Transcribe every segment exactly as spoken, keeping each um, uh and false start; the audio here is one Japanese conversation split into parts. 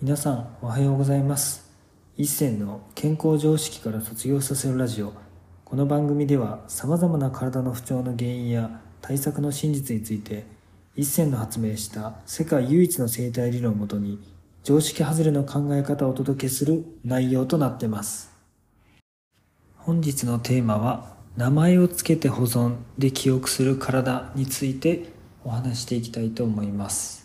皆さんおはようございます。一銭の健康常識から卒業させるラジオ。この番組ではさまざまな体の不調の原因や対策の真実について、一銭の発明した世界唯一の生態理論をもとに常識外れの考え方をお届けする内容となっています。本日のテーマは、名前をつけて保存で記憶する体についてお話していきたいと思います。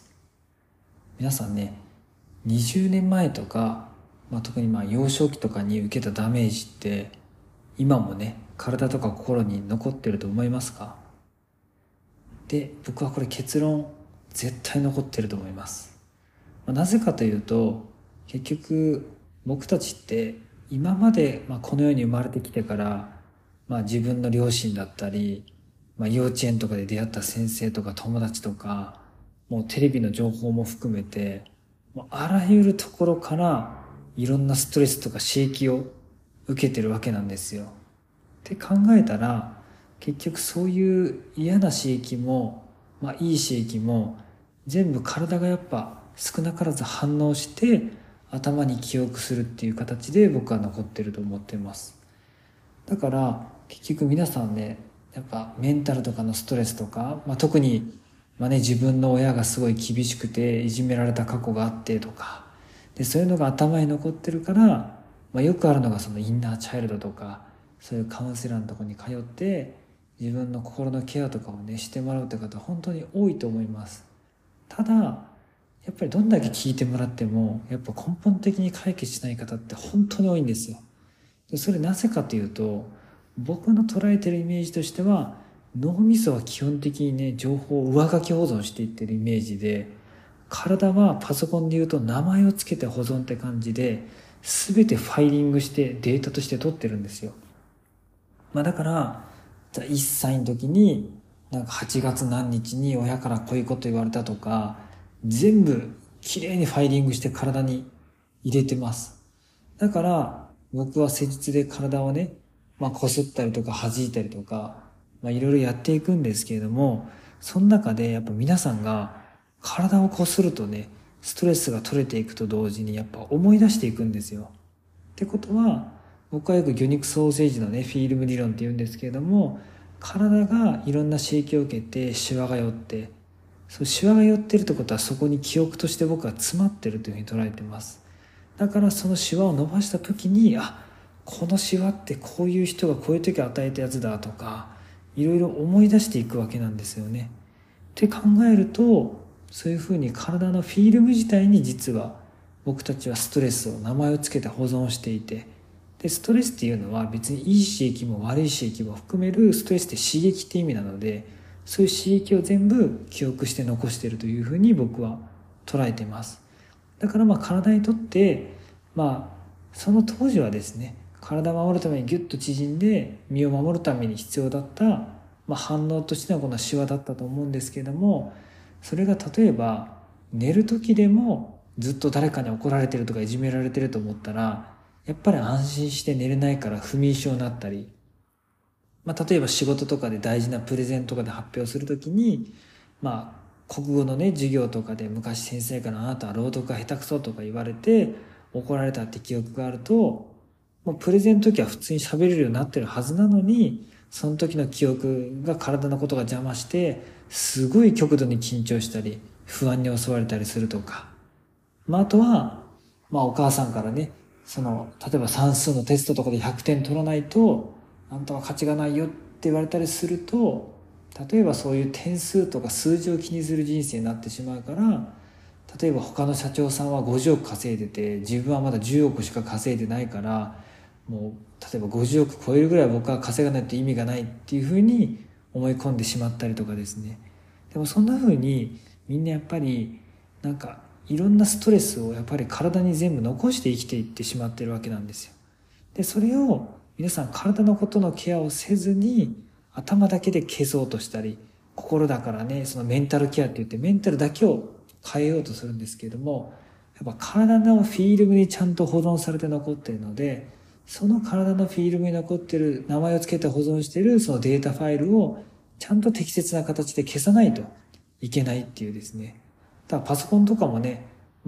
皆さんね、にじゅうねんまえとか、まあ、特にまあ幼少期とかに受けたダメージって今もね、体とか心に残ってると思いますか？で、僕はこれ結論絶対残ってると思います。まあ、なぜかというと、結局僕たちって今までまあこの世に生まれてきてから、まあ、自分の両親だったり、まあ、幼稚園とかで出会った先生とか友達とか、もうテレビの情報も含めてあらゆるところからいろんなストレスとか刺激を受けてるわけなんですよ。って考えたら、結局そういう嫌な刺激も、まあ、いい刺激も全部体がやっぱ少なからず反応して頭に記憶するっていう形で僕は残ってると思っています。だから結局皆さんね、やっぱメンタルとかのストレスとか、まあ、特にまあね、自分の親がすごい厳しくていじめられた過去があってとかで、そういうのが頭に残ってるから、まあ、よくあるのがそのインナーチャイルドとか、そういうカウンセラーのところに通って自分の心のケアとかをねしてもらうって方本当に多いと思います。ただやっぱりどんだけ聞いてもらってもやっぱ根本的に解決しない方って本当に多いんですよ。でそれなぜかというと、僕の捉えてるイメージとしては、脳みそは基本的にね、情報を上書き保存していってるイメージで、体はパソコンで言うと名前をつけて保存って感じで、全てファイリングしてデータとして取ってるんですよ。まあだから、じゃあいっさいの時に、なんかはちがつ何日に親からこういうこと言われたとか、全部きれいにファイリングして体に入れてます。だから、僕は施術で体をね、まあ、こすったりとか弾いたりとか、まあ、いろいろやっていくんですけれども、その中でやっぱ皆さんが体をこするとね、ストレスが取れていくと同時にやっぱ思い出していくんですよ。ってことは、僕はよく魚肉ソーセージのね、フィルム理論って言うんですけれども、体がいろんな刺激を受けてシワが寄って、そうシワが寄ってるってことはそこに記憶として僕は詰まってるというふうに捉えてます。だからそのシワを伸ばした時に、あ、このシワってこういう人がこういう時与えたやつだとか、いろいろ思い出していくわけなんですよね。って考えると、そういうふうに体のフィルム自体に実は僕たちはストレスを名前をつけて保存していて、でストレスっていうのは別にいい刺激も悪い刺激も含めるストレスって刺激って意味なので、そういう刺激を全部記憶して残しているというふうに僕は捉えています。だからまあ体にとってまあその当時はですね、体を守るためにギュッと縮んで身を守るために必要だった、まあ、反応としてはこのシワだったと思うんですけれども、それが例えば寝る時でもずっと誰かに怒られてるとかいじめられてると思ったら、やっぱり安心して寝れないから不眠症になったり、まあ、例えば仕事とかで大事なプレゼンとかで発表するときに、まあ、国語のね、授業とかで昔先生からあなたは朗読が下手くそとか言われて怒られたって記憶があると、もうプレゼンの時は普通に喋れるようになってるはずなのに、その時の記憶が体のことが邪魔して、すごい極度に緊張したり、不安に襲われたりするとか。まあ、あとは、まあ、お母さんからね、その、例えば算数のテストとかでひゃくてん取らないと、あんたは価値がないよって言われたりすると、例えばそういう点数とか数字を気にする人生になってしまうから、例えば他の社長さんはごじゅうおく稼いでて自分はまだじゅうおくしか稼いでないから、もう例えばごじゅうおく超えるぐらい僕は稼がないと意味がないっていうふうに思い込んでしまったりとかですね。でもそんなふうにみんなやっぱりなんかいろんなストレスをやっぱり体に全部残して生きていってしまってるわけなんですよ。でそれを皆さん体のことのケアをせずに頭だけで消そうとしたり、心だからね、そのメンタルケアって言ってメンタルだけを変えようとするんですけれども、やっぱ体のフィルムにちゃんと保存されて残っているので、その体のフィルムに残っている名前をつけて保存しているそのデータファイルをちゃんと適切な形で消さないといけないっていうですね。だからパソコンとかもね、まあ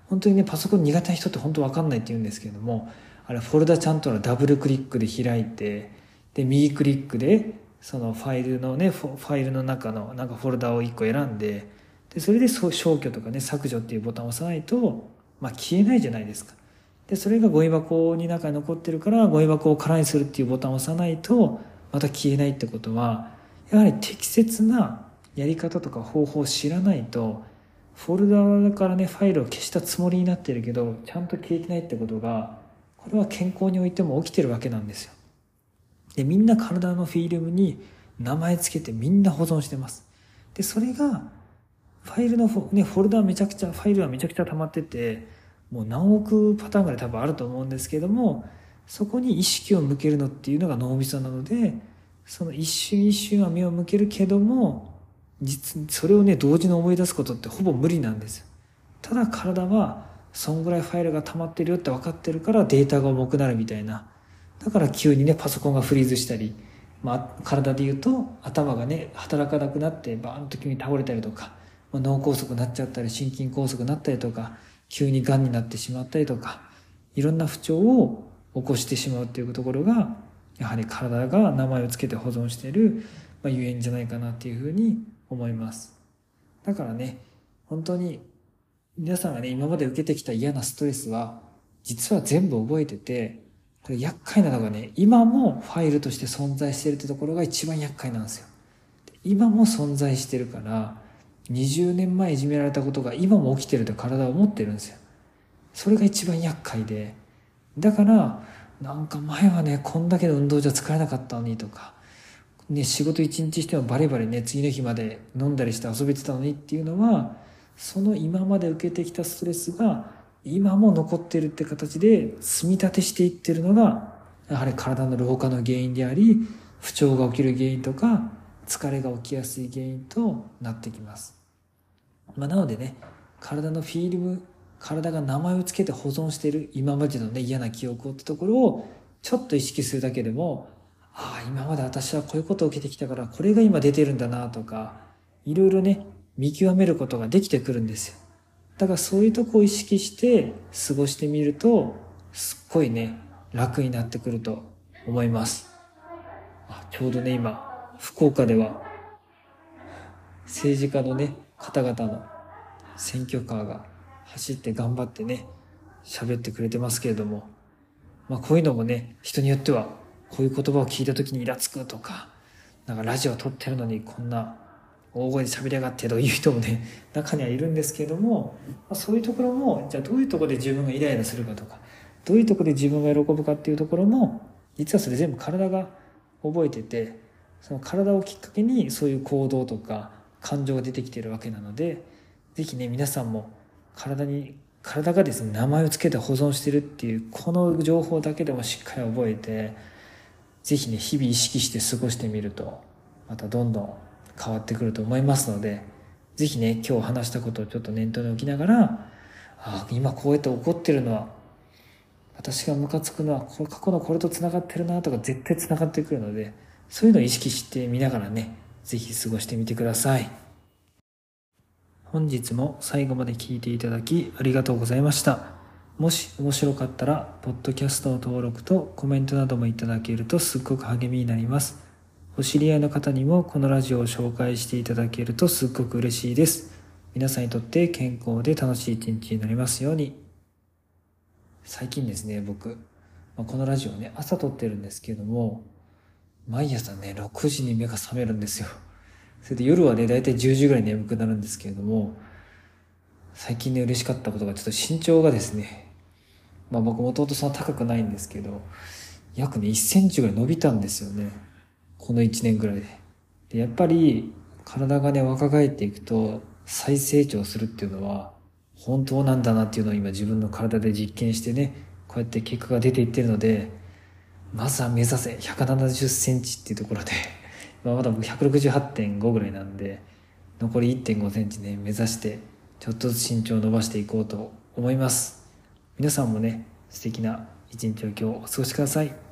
本当にねパソコン苦手な人って本当分かんないって言うんですけれども、あれフォルダちゃんとダブルクリックで開いて、で右クリックでそのファイルのねファイルの中のなんかフォルダをいっこ選んで、でそれで消去とかね削除っていうボタンを押さないと、まあ、消えないじゃないですか。でそれがゴミ箱に中に残ってるから、ゴミ箱を空にするっていうボタンを押さないとまた消えないってことは、やはり適切なやり方とか方法を知らないと、フォルダからねファイルを消したつもりになってるけどちゃんと消えてないってことが、これは健康においても起きてるわけなんですよ。でみんな体のフィルムに名前つけてみんな保存してます。でそれがファイルのフォ、ね、フォルダめちゃくちゃファイルはめちゃくちゃ溜まってて、もう何億パターンぐらい多分あると思うんですけども、そこに意識を向けるのっていうのが脳みそなので、その一瞬一瞬は目を向けるけども、実それをね同時に思い出すことってほぼ無理なんですよ。ただ体はそんぐらいファイルが溜まってるよって分かってるからデータが重くなるみたいな。だから急にねパソコンがフリーズしたり、まあ、体で言うと頭がね働かなくなってバーンと急に倒れたりとか、まあ、脳梗塞になっちゃったり心筋梗塞になったりとか、急にがんになってしまったりとか、いろんな不調を起こしてしまうっていうところが、やはり体が名前をつけて保存している、まあ、ゆえんじゃないかなっていうふうに思います。だからね、本当に皆さんがね今まで受けてきた嫌なストレスは実は全部覚えてて、これ厄介なのがね、今もファイルとして存在しているってところが一番厄介なんですよ。今も存在してるから、にじゅうねんまえいじめられたことが今も起きてると体は思ってるんですよ。それが一番厄介で、だからなんか前はねこんだけの運動じゃ疲れなかったのにとか、ね、仕事一日してもバリバリね次の日まで飲んだりして遊べてたのにっていうのは、その今まで受けてきたストレスが今も残ってるって形で積み立てしていってるのが、やはり体の老化の原因であり、不調が起きる原因とか疲れが起きやすい原因となってきます。まあ、なのでね、体のフィルム、体が名前をつけて保存している今までのね嫌な記憶ってところをちょっと意識するだけでも、ああ今まで私はこういうことを受けてきたからこれが今出てるんだなとか、いろいろね見極めることができてくるんですよ。だからそういうとこを意識して過ごしてみると、すっごいね楽になってくると思います。あ、ちょうどね今福岡では政治家のね方々の選挙カーが走って頑張ってね喋ってくれてますけれども、まあこういうのもね、人によってはこういう言葉を聞いた時にイラつくとか、なんかラジオ撮ってるのにこんな大声で喋りやがってという人もね中にはいるんですけれども、まあ、そういうところもじゃあどういうところで自分がイライラするかとか、どういうところで自分が喜ぶかっていうところも、実はそれ全部体が覚えてて、その体をきっかけにそういう行動とか感情が出てきているわけなので、ぜひね皆さんも体に体がですね名前をつけて保存してるっていうこの情報だけでもしっかり覚えて、ぜひね日々意識して過ごしてみるとまたどんどん変わってくると思いますので、ぜひね今日話したことをちょっと念頭に置きながら、あ今こうやって怒ってるのは、私がムカつくのはこれ過去のこれとつながってるなとか絶対つながってくるので、そういうのを意識してみながらねぜひ過ごしてみてください。本日も最後まで聞いていただきありがとうございました。もし面白かったらポッドキャストの登録とコメントなどもいただけるとすっごく励みになります。お知り合いの方にもこのラジオを紹介していただけるとすっごく嬉しいです。皆さんにとって健康で楽しい一日になりますように。最近ですね、僕、このラジオね朝撮ってるんですけども、毎朝ねろくじに目が覚めるんですよ。それで夜はねだいたいじゅうじぐらいに眠くなるんですけれども、最近ね嬉しかったことが、ちょっと身長がですね、まあ僕もともとそんな高くないんですけど、約ねいっセンチぐらい伸びたんですよね、このいちねんぐらいで。でやっぱり体がね若返っていくと再成長するっていうのは本当なんだなっていうのを今自分の体で実験してね、こうやって結果が出ていってるので、まずは目指せひゃくななじゅっセンチっていうところでまあまだ僕ひゃくろくじゅうはってんごぐらいなんで、残り いってんごセンチね目指してちょっとずつ身長を伸ばしていこうと思います。皆さんもね素敵な一日を今日お過ごしください。